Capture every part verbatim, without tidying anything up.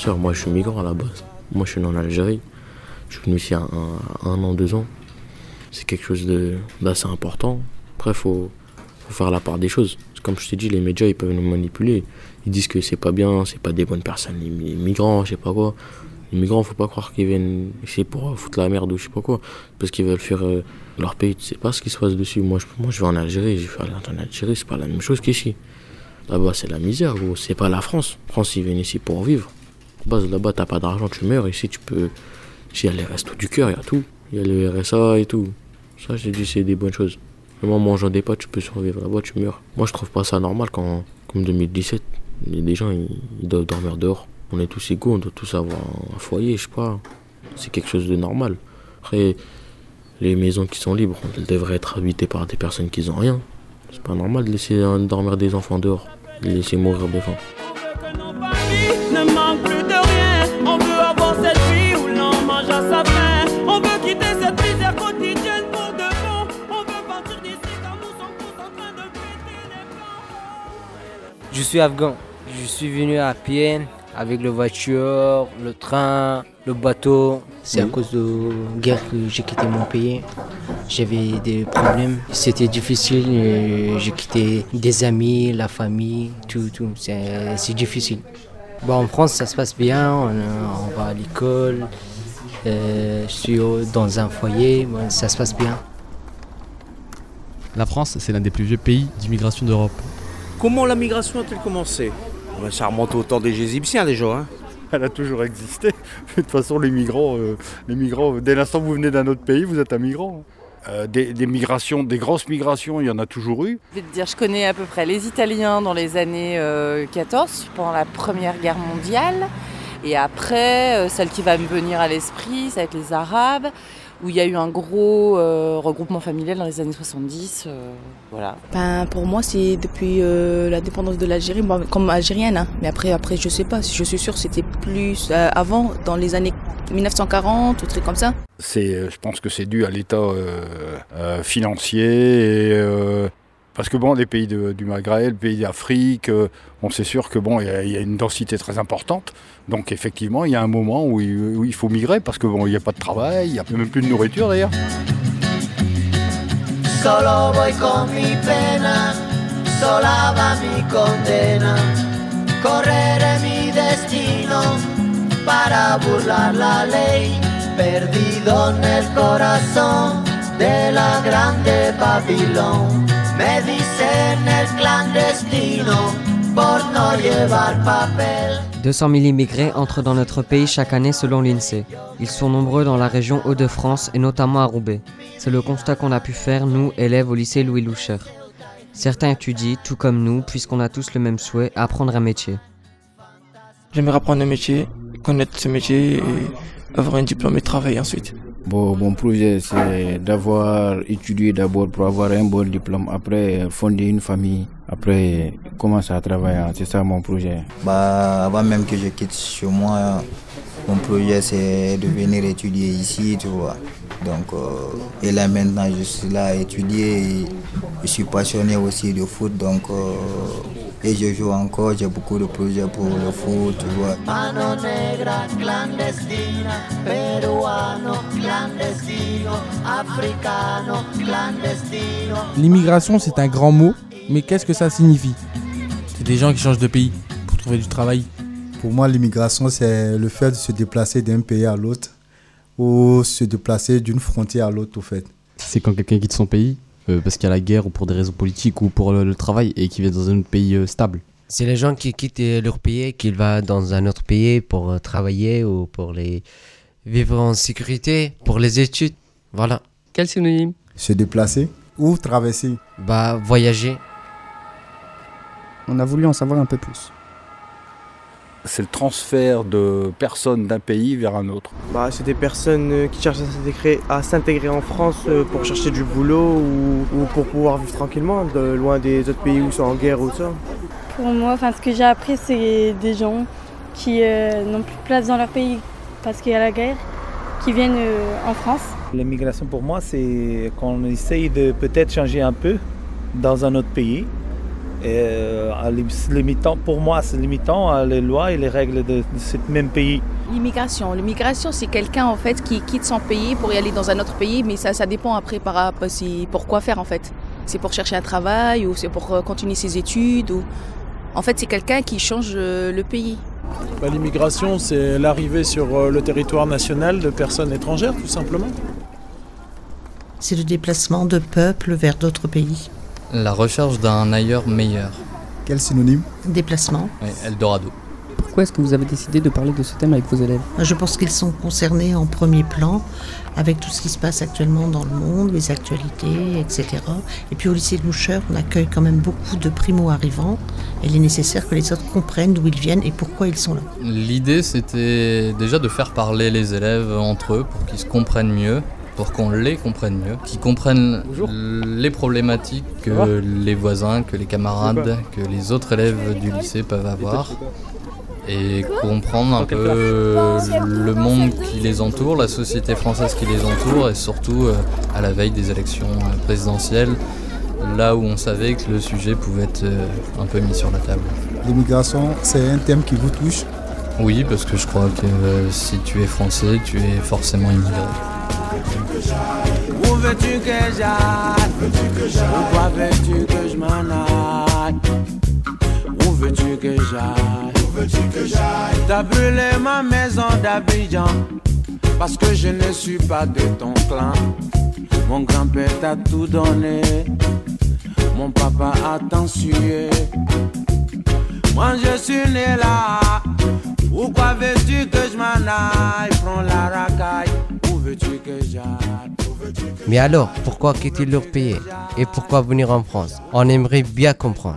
sûr, moi je suis migrant à la base. Moi je suis né en Algérie. Je suis venu ici à un, un an, deux ans. C'est quelque chose de, d'assez important. Après, il faut, faut faire la part des choses. Comme je t'ai dit, les médias ils peuvent nous manipuler. Ils disent que c'est pas bien, c'est pas des bonnes personnes, les migrants, je sais pas quoi. Les migrants, faut pas croire qu'ils viennent ici pour foutre la merde ou je sais pas quoi. Parce qu'ils veulent faire euh, leur pays, tu sais pas ce qui se passe dessus. Moi je, moi, je vais en Algérie, je vais aller en Algérie, c'est pas la même chose qu'ici. Là-bas, c'est la misère, gros. C'est pas la France. La France, ils viennent ici pour vivre. Base, là-bas, t'as pas d'argent, tu meurs. Ici, tu peux. Ici, il y a les restos du cœur, il y a tout. Il y a le R S A et tout. Ça, j'ai dit, c'est des bonnes choses. Même en mangeant des pâtes, tu peux survivre. Là-bas, tu meurs. Moi, je trouve pas ça normal quand, comme deux mille dix-sept, les gens, ils, ils doivent dormir dehors. On est tous égaux, on doit tous avoir un foyer, je sais pas. C'est quelque chose de normal. Après, les maisons qui sont libres, elles devraient être habitées par des personnes qui n'ont rien. C'est pas normal de laisser dormir des enfants dehors, de les laisser mourir de faim. Ne manque plus de rien, on veut avoir cette vie où l'on mange à sa faim. On veut quitter cette misère quotidienne pour de bon. On veut partir d'ici car nous sommes tous en train de péter les plombs. Je suis afghan, je suis venu à pied avec la voiture, le train, le bateau. C'est oui. À cause de la guerre que j'ai quitté mon pays. J'avais des problèmes, c'était difficile, j'ai quitté des amis, la famille, tout, tout. C'est, c'est difficile. Bon, en France, ça se passe bien, on, on va à l'école, euh, je suis dans un foyer, bon, ça se passe bien. La France, c'est l'un des plus vieux pays d'immigration d'Europe. Comment la migration a-t-elle commencé ? Ça remonte au temps des Égyptiens déjà. Hein. Elle a toujours existé. De toute façon, les migrants, euh, les migrants, dès l'instant que vous venez d'un autre pays, vous êtes un migrant. Euh, des, des migrations, des grosses migrations, il y en a toujours eu. Je vais te dire, je connais à peu près les Italiens dans les années euh, quatorze, pendant la Première Guerre mondiale. Et après, euh, celle qui va me venir à l'esprit, ça va être les Arabes, où il y a eu un gros euh, regroupement familial dans les années soixante-dix. Euh, voilà. Ben, pour moi, c'est depuis euh, la dépendance de l'Algérie, moi, comme algérienne. Hein. Mais après, après, je sais pas. Je suis sûre que c'était plus euh, avant, dans les années dix-neuf cent quarante, ou trucs comme ça. C'est, je pense que c'est dû à l'état euh, euh, financier et euh, parce que bon, les pays de, du Maghreb, les pays d'Afrique, euh, on sait sûr que bon, il y, y a une densité très importante. Donc effectivement, il y a un moment où il, où il faut migrer parce que bon, il n'y a pas de travail, il n'y a même plus de nourriture d'ailleurs. Solo voy con mi pena, sola va mi condena, correré mi destino para burlar la ley, perdido en el corazón de la grande Babilón. Me dicen el clandestino por no llevar papel. deux cent mille immigrés entrent dans notre pays chaque année selon l'INSEE. Ils sont nombreux dans la région Hauts-de-France et notamment à Roubaix. C'est le constat qu'on a pu faire, nous, élèves au lycée Louis Loucher. Certains étudient, tout comme nous, puisqu'on a tous le même souhait, apprendre un métier. J'aimerais apprendre un métier, connaître ce métier et avoir un diplôme et travailler ensuite. Bon, mon projet, c'est d'avoir étudié d'abord pour avoir un bon diplôme, après fonder une famille, après commencer à travailler. C'est ça mon projet. Bah, avant même que je quitte chez moi, mon projet c'est de venir étudier ici, tu vois. Donc, euh, et là maintenant je suis là à étudier, et je suis passionné aussi de foot, donc euh, et je joue encore, j'ai beaucoup de projets pour le foot, tu vois. Mano negra, clandestina, peruano, clandestino, africano, clandestino. L'immigration, c'est un grand mot, mais qu'est-ce que ça signifie ? C'est des gens qui changent de pays pour trouver du travail. Pour moi, l'immigration, c'est le fait de se déplacer d'un pays à l'autre ou se déplacer d'une frontière à l'autre, au fait. C'est quand quelqu'un quitte son pays euh, parce qu'il y a la guerre ou pour des raisons politiques ou pour le, le travail et qui vient dans un autre pays euh, stable. C'est les gens qui quittent leur pays et qui vont dans un autre pays pour travailler ou pour les vivre en sécurité, pour les études. Voilà. Quel synonyme ? Se déplacer ou traverser ? Bah, voyager. On a voulu en savoir un peu plus. C'est le transfert de personnes d'un pays vers un autre. Bah, c'est des personnes qui cherchent à s'intégrer, à s'intégrer en France pour chercher du boulot ou, ou pour pouvoir vivre tranquillement, de, loin des autres pays où ils sont en guerre ou ça. Pour moi, ce que j'ai appris, c'est des gens qui euh, n'ont plus de place dans leur pays parce qu'il y a la guerre, qui viennent euh, en France. L'immigration pour moi, c'est qu'on essaye de peut-être changer un peu dans un autre pays Et euh, limitant, pour moi, c'est limitant à les lois et les règles de, de ce même pays. L'immigration. L'immigration, c'est quelqu'un en fait qui quitte son pays pour y aller dans un autre pays, mais ça, ça dépend après par rapport si, pour quoi faire en fait. C'est pour chercher un travail ou c'est pour continuer ses études ou... En fait, c'est quelqu'un qui change le pays. Bah, l'immigration, c'est l'arrivée sur le territoire national de personnes étrangères, tout simplement. C'est le déplacement de peuples vers d'autres pays. La recherche d'un ailleurs meilleur. Quel synonyme ? Déplacement. Oui, Eldorado. Pourquoi est-ce que vous avez décidé de parler de ce thème avec vos élèves ? Je pense qu'ils sont concernés en premier plan avec tout ce qui se passe actuellement dans le monde, les actualités, et cetera. Et puis au lycée de Loucheur, on accueille quand même beaucoup de primo-arrivants. Et il est nécessaire que les autres comprennent d'où ils viennent et pourquoi ils sont là. L'idée, c'était déjà de faire parler les élèves entre eux pour qu'ils se comprennent mieux, pour qu'on les comprenne mieux, qu'ils comprennent Bonjour. les problématiques que les voisins, que les camarades, que les autres élèves du lycée peuvent avoir. Et comprendre un peu le monde qui les entoure, la société française qui les entoure, et surtout euh, à la veille des élections présidentielles, là où on savait que le sujet pouvait être euh, un peu mis sur la table. L'immigration, c'est un thème qui vous touche ? Oui, parce que je crois que euh, si tu es français, tu es forcément immigré. Où veux-tu que j'aille ? Pourquoi veux-tu que je m'en aille ? Où veux-tu que j'aille ? T'as brûlé ma maison d'Abidjan parce que je ne suis pas de ton clan. Mon grand-père t'a tout donné, mon papa a tant sué. Moi je suis né là. Pourquoi veux-tu que je m'en aille? Prends la racaille. Où veux-tu que j'aille? Mais alors, pourquoi quitter leur pays? Et pourquoi venir en France? On aimerait bien comprendre.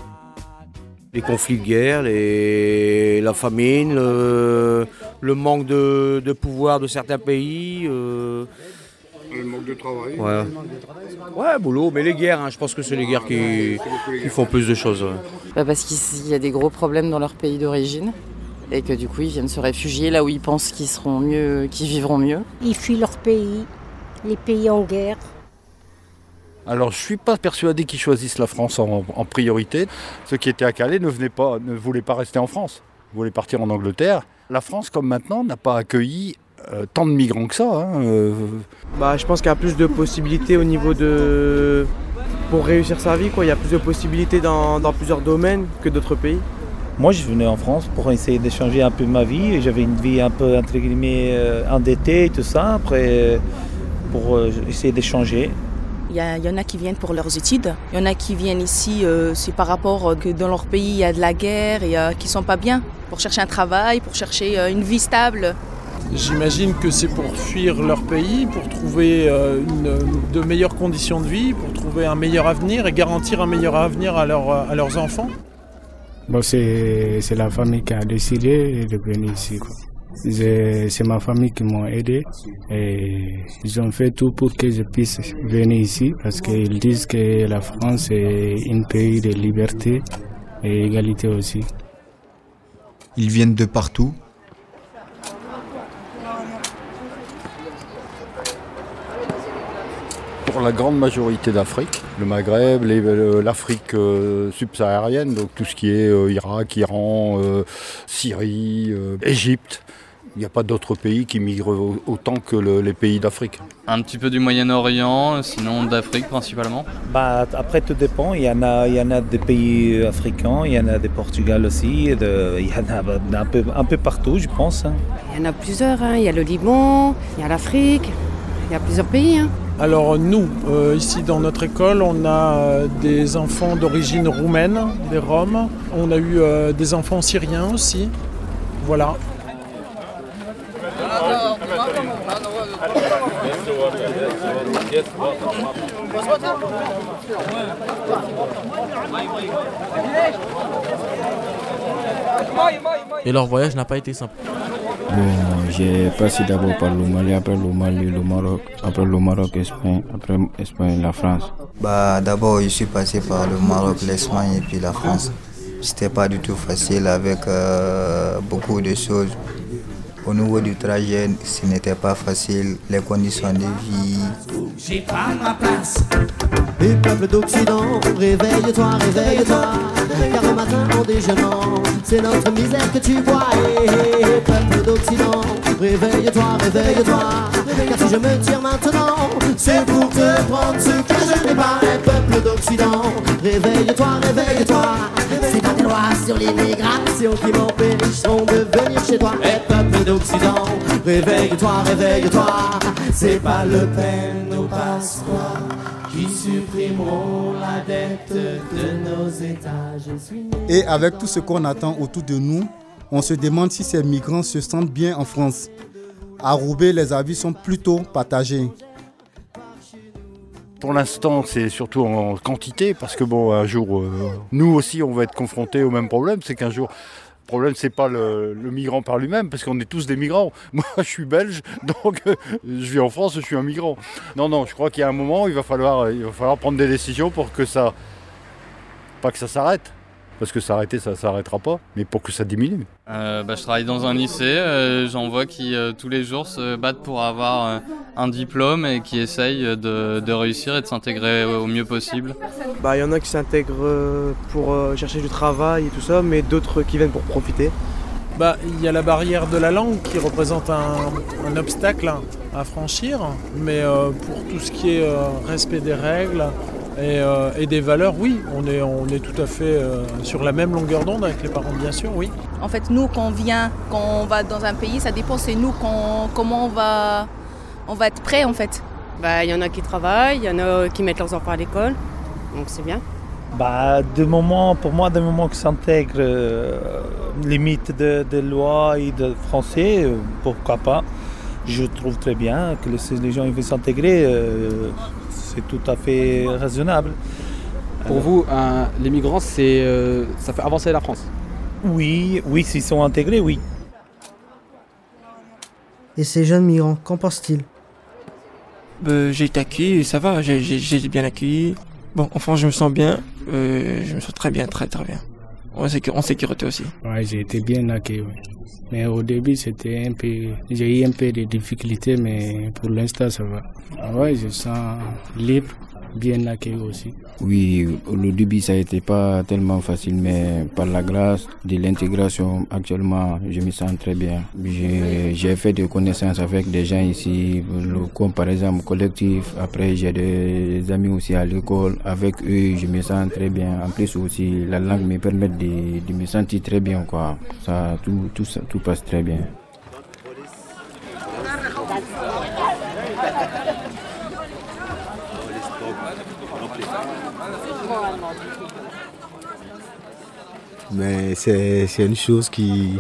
Les conflits de guerre, les... la famine, le, le manque de... de pouvoir de certains pays. Euh... Le manque de travail. Ouais, ouais boulot, mais les guerres, hein, je pense que c'est les guerres qui, qui font plus de choses. Ouais. Bah parce qu'il y a des gros problèmes dans leur pays d'origine et que du coup ils viennent se réfugier là où ils pensent qu'ils seront mieux, qu'ils vivront mieux. Ils fuient leur pays, les pays en guerre. Alors je ne suis pas persuadé qu'ils choisissent la France en, en priorité. Ceux qui étaient à Calais ne, venaient pas, ne voulaient pas rester en France, voulaient partir en Angleterre. La France, comme maintenant, n'a pas accueilli euh, tant de migrants que ça. Hein, euh... bah, je pense qu'il y a plus de possibilités au niveau de... pour réussir sa vie, quoi. Il y a plus de possibilités dans, dans plusieurs domaines que d'autres pays. Moi, je venais en France pour essayer de changer un peu ma vie. Et j'avais une vie un peu, entre guillemets, euh, endettée et tout ça, après, pour euh, essayer de changer. Il y, a, il y en a qui viennent pour leurs études, il y en a qui viennent ici, euh, c'est par rapport que dans leur pays il y a de la guerre et euh, qui ne sont pas bien, pour chercher un travail, pour chercher euh, une vie stable. J'imagine que c'est pour fuir leur pays, pour trouver euh, une, de meilleures conditions de vie, pour trouver un meilleur avenir et garantir un meilleur avenir à, leur, à leurs enfants. Bon, c'est, c'est la famille qui a décidé de venir ici, quoi. C'est, c'est ma famille qui m'a aidé et ils ont fait tout pour que je puisse venir ici parce qu'ils disent que la France est un pays de liberté et égalité aussi. Ils viennent de partout. Pour la grande majorité d'Afrique, le Maghreb, les, l'Afrique euh, subsaharienne, donc tout ce qui est euh, Irak, Iran, euh, Syrie, euh, Égypte. Il n'y a pas d'autres pays qui migrent autant que le, les pays d'Afrique. Un petit peu du Moyen-Orient, sinon d'Afrique principalement. Bah, après, tout dépend. Il y en a, il y en a des pays africains, il y en a des Portugal aussi, de, il y en a un peu, un peu partout, je pense. Il y en a plusieurs. Hein. Il y a le Liban, il y a l'Afrique, il y a plusieurs pays. Hein. Alors nous, euh, ici dans notre école, on a euh, des enfants d'origine roumaine, des Roms. On a eu euh, des enfants syriens aussi. Voilà. Et leur voyage n'a pas été simple. Bon, j'ai passé d'abord par le Mali, après le Mali, le Maroc, après le Maroc, Espagne, après Espagne, la France. Bah, d'abord, je suis passé par le Maroc, l'Espagne et puis la France. C'était pas du tout facile avec euh, beaucoup de choses. Au niveau du trajet, ce n'était pas facile, les conditions de vie. J'ai pas ma place Et peuple d'Occident, réveille-toi, réveille-toi, car au matin en déjeunant, c'est notre misère que tu vois. Et peuple d'Occident, réveille-toi, réveille-toi, car si je me tire maintenant, c'est pour te prendre ce que je n'ai pas. Et peuple d'Occident, réveille-toi, réveille-toi, c'est pas des lois sur l'immigration qui m'empêcheront de venir chez toi. Et peuple d'Occident, réveille-toi, réveille-toi, c'est pas Le Pen au Pasqua qui supprimeront la dette de nos États. Je suis né. Et avec tout ce qu'on attend autour de nous, on se demande si ces migrants se sentent bien en France. À Roubaix, les avis sont plutôt partagés. Pour l'instant, c'est surtout en quantité, parce que bon, un jour, euh, nous aussi, on va être confrontés au même problème. C'est qu'un jour, le problème, c'est pas le, le migrant par lui-même, parce qu'on est tous des migrants. Moi, je suis belge, donc euh, je vis en France, je suis un migrant. Non, non, je crois qu'il y a un moment, il va falloir, il va falloir prendre des décisions pour que ça, pas que ça s'arrête. Parce que s'arrêter, ça ne s'arrêtera pas, mais pour que ça diminue. Euh, bah, je travaille dans un lycée, euh, j'en vois qui euh, tous les jours se battent pour avoir euh, un diplôme et qui essayent de, de réussir et de s'intégrer au mieux possible. Bah, y en a qui s'intègrent pour euh, chercher du travail et tout ça, mais d'autres qui viennent pour profiter. Bah, il y a la barrière de la langue qui représente un, un obstacle à franchir, mais euh, pour tout ce qui est euh, respect des règles, Et, euh, et des valeurs, oui, on est, on est tout à fait euh, sur la même longueur d'onde avec les parents, bien sûr, oui. En fait, nous, quand on vient, quand on va dans un pays, ça dépend, c'est nous quand, comment on va, on va être prêt, en fait. Bah, y en a qui travaillent, il y en a qui mettent leurs enfants à l'école, donc c'est bien. Bah, de moment, pour moi, des moments qui s'intègrent, euh, limite de, de loi et de français, euh, pourquoi pas. Je trouve très bien que les, les gens ils veulent s'intégrer. Euh, C'est tout à fait raisonnable. Pour Alors, vous, euh, les migrants, c'est, euh, ça fait avancer la France? Oui, oui, s'ils sont intégrés, oui. Et ces jeunes migrants, qu'en pensent-ils? euh, J'ai été accueilli et ça va, j'ai, j'ai, j'ai été bien accueilli. Bon, en France, je me sens bien, euh, je me sens très bien, très très bien. En, sécu- en sécurité aussi. Ouais, j'ai été bien accueilli. Ouais. Mais au début, c'était un peu, j'ai eu un peu de difficultés, mais pour l'instant, ça va. Ah ouais, je sens libre, bien accueilli aussi. Oui, le début, ça a été pas tellement facile, mais par la grâce de l'intégration, actuellement, je me sens très bien. J'ai, j'ai fait des connaissances avec des gens ici, comme par exemple collectif. Après, j'ai des amis aussi à l'école. Avec eux, je me sens très bien. En plus aussi, la langue me permet de, de me sentir très bien, quoi. Ça, tout, tout, ça, tout passe très bien. Mais c'est, c'est une chose qui,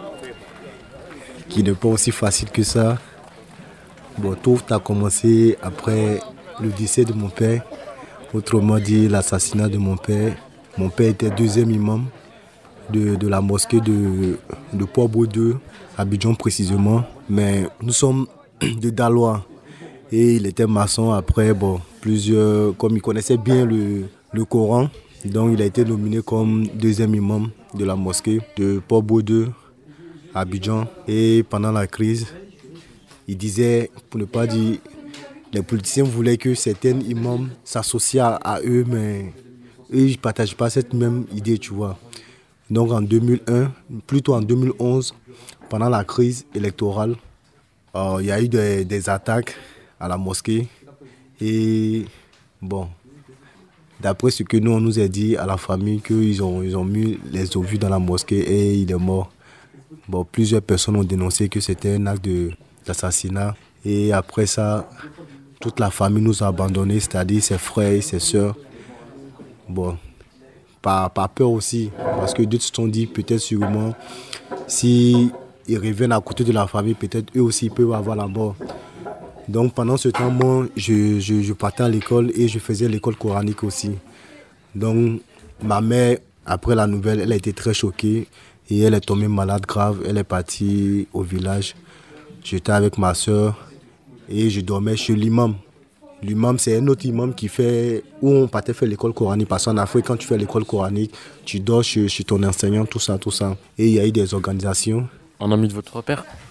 qui n'est pas aussi facile que ça. Bon, tout a commencé après le décès de mon père, autrement dit l'assassinat de mon père. Mon père était deuxième imam de, de la mosquée de, de Port-Baudeux, à Abidjan précisément. Mais nous sommes de Dalois et il était maçon après, bon, plusieurs, comme il connaissait bien le, le Coran. Donc il a été nominé comme deuxième imam de la mosquée de Port-Baudeux à Abidjan. Et pendant la crise, il disait, pour ne pas dire, les politiciens voulaient que certains imams s'associent à eux, mais eux, ils ne partagent pas cette même idée, tu vois. Donc en deux mille un, plutôt en deux mille onze, pendant la crise électorale, euh, il y a eu des, des attaques à la mosquée. Et bon, d'après ce que nous, on nous a dit à la famille, qu'ils ont, ils ont mis les obus dans la mosquée et il est mort. Bon, plusieurs personnes ont dénoncé que c'était un acte de, d'assassinat. Et après ça, toute la famille nous a abandonnés, c'est-à-dire ses frères et ses sœurs. Bon, par, par peur aussi, parce que d'autres se sont dit peut-être sûrement, s'ils reviennent à côté de la famille, peut-être eux aussi peuvent avoir la mort. Donc pendant ce temps, moi, je, je, je partais à l'école et je faisais l'école coranique aussi. Donc ma mère, après la nouvelle, elle a été très choquée et elle est tombée malade grave. Elle est partie au village. J'étais avec ma soeur et je dormais chez l'imam. L'imam, c'est un autre imam qui fait, où on partait faire l'école coranique. Parce qu'en Afrique, quand tu fais l'école coranique, tu dors chez, chez ton enseignant, tout ça, tout ça. Et il y a eu des organisations. Un ami de votre père?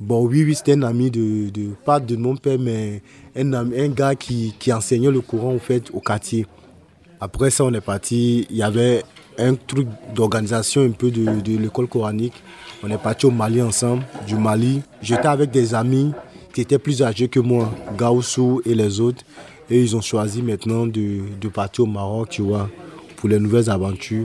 Bon, oui, oui, c'était un ami de, de, pas de mon père, mais un, ami, un gars qui, qui enseignait le Coran, en fait, au quartier. Après ça, on est parti, il y avait un truc d'organisation un peu de, de l'école coranique. On est parti au Mali ensemble, du Mali. J'étais avec des amis qui étaient plus âgés que moi, Gaoussou et les autres. Et ils ont choisi maintenant de, de partir au Maroc, tu vois, pour les nouvelles aventures.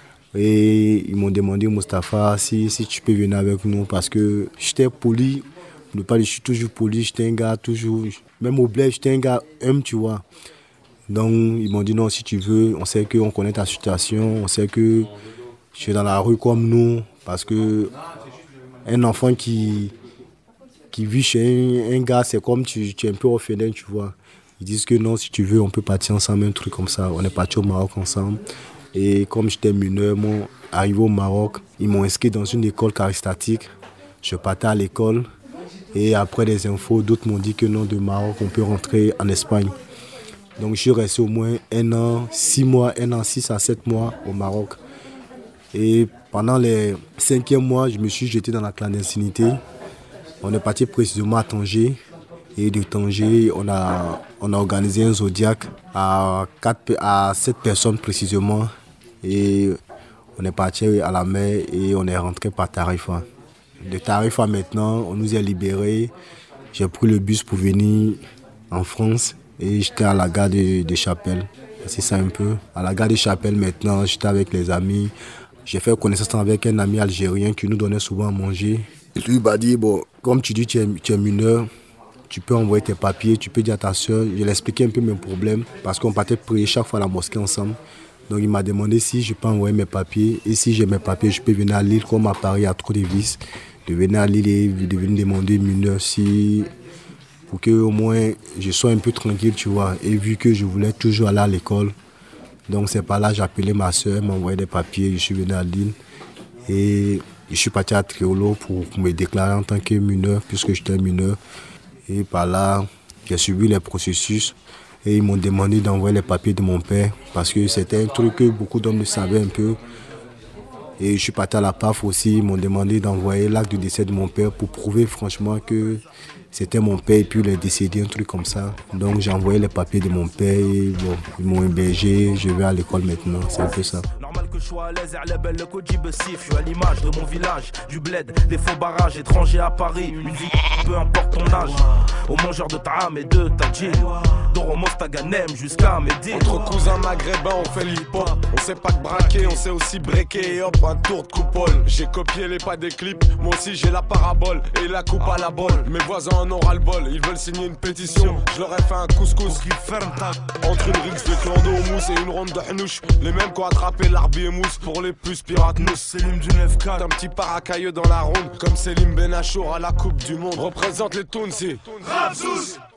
Et ils m'ont demandé, Mustapha, si, si tu peux venir avec nous, parce que j'étais poli, ne pas, je suis toujours poli, j'étais un gars toujours, même au bled, j'étais un gars humble, tu vois. Donc ils m'ont dit non, si tu veux, on sait qu'on connaît ta situation, on sait que tu es dans la rue comme nous, parce que un enfant qui, qui vit chez un, un gars, c'est comme tu, tu es un peu orphelin, tu vois. Ils disent que non, si tu veux, on peut partir ensemble, un truc comme ça. On est parti au Maroc ensemble. Et comme j'étais mineur, moi, arrivé au Maroc, ils m'ont inscrit dans une école charismatique. Je partais à l'école. Et après les infos, d'autres m'ont dit que non, de Maroc, on peut rentrer en Espagne. Donc je suis resté au moins un an, six mois, un an, six à sept mois au Maroc. Et pendant les cinquièmes mois, je me suis jeté dans la clandestinité. On est parti précisément à Tanger. Et de Tanger, on a, on a organisé un zodiac à, quatre, à sept personnes précisément. Et on est parti à la mer et on est rentré par Tarifa. De Tarifa maintenant, on nous a libérés. J'ai pris le bus pour venir en France et j'étais à la gare de, de Chapelle. C'est ça un peu. À la gare de Chapelle maintenant, j'étais avec les amis. J'ai fait connaissance avec un ami algérien qui nous donnait souvent à manger. Lui m'a dit, bon, comme tu dis, tu es, tu es mineur. Tu peux envoyer tes papiers, tu peux dire à ta soeur. Je lui ai expliqué un peu mes problèmes parce qu'on partait prier chaque fois à la mosquée ensemble. Donc il m'a demandé si je peux envoyer mes papiers. Et si j'ai mes papiers, je peux venir à Lille. Comme à Paris, il y a trop de vices. De venir à Lille et de venir demander mineur si... pour que au moins je sois un peu tranquille, tu vois. Et vu que je voulais toujours aller à l'école, donc c'est par là que j'ai appelé ma soeur, elle m'a envoyé des papiers, je suis venu à Lille. Et je suis parti à Triolo pour me déclarer en tant que mineur, puisque j'étais mineur. Et par là, j'ai suivi les processus et ils m'ont demandé d'envoyer les papiers de mon père parce que c'était un truc que beaucoup d'hommes ne savaient un peu. Et je suis parti à la P A F aussi, ils m'ont demandé d'envoyer l'acte de décès de mon père pour prouver franchement que c'était mon père et puis il est décédé, un truc comme ça. Donc j'ai envoyé les papiers de mon père et bon, ils m'ont hébergé, je vais à l'école maintenant, c'est un peu ça. Que je sois à l'aise, le Koji Bessif, je suis à l'image de mon village, du bled, des faux barrages, étrangers à Paris, une vie, peu importe ton âge, au mangeur de Taham et de Tadjil, d'Oromos Taganem jusqu'à Médine. Entre cousins maghrébins, on fait l'hip-hop, on sait pas que braquer, on sait aussi breaker, et hop, un tour de coupole. J'ai copié les pas des clips, moi aussi j'ai la parabole, et la coupe à la bolle. Mes voisins en ont ras-le-bol, ils veulent signer une pétition, je leur ai fait un couscous qui ferme ta. Entre une rixe de clando au mousse et une ronde de hnouche, les mêmes qui ont attrapé l'arbi et mousse pour les plus pirates. Nous, Selim du neuf quatre, un petit paracailleux dans la ronde, comme Selim Benachour à la Coupe du Monde. Représente les Tounsi. Rapsous.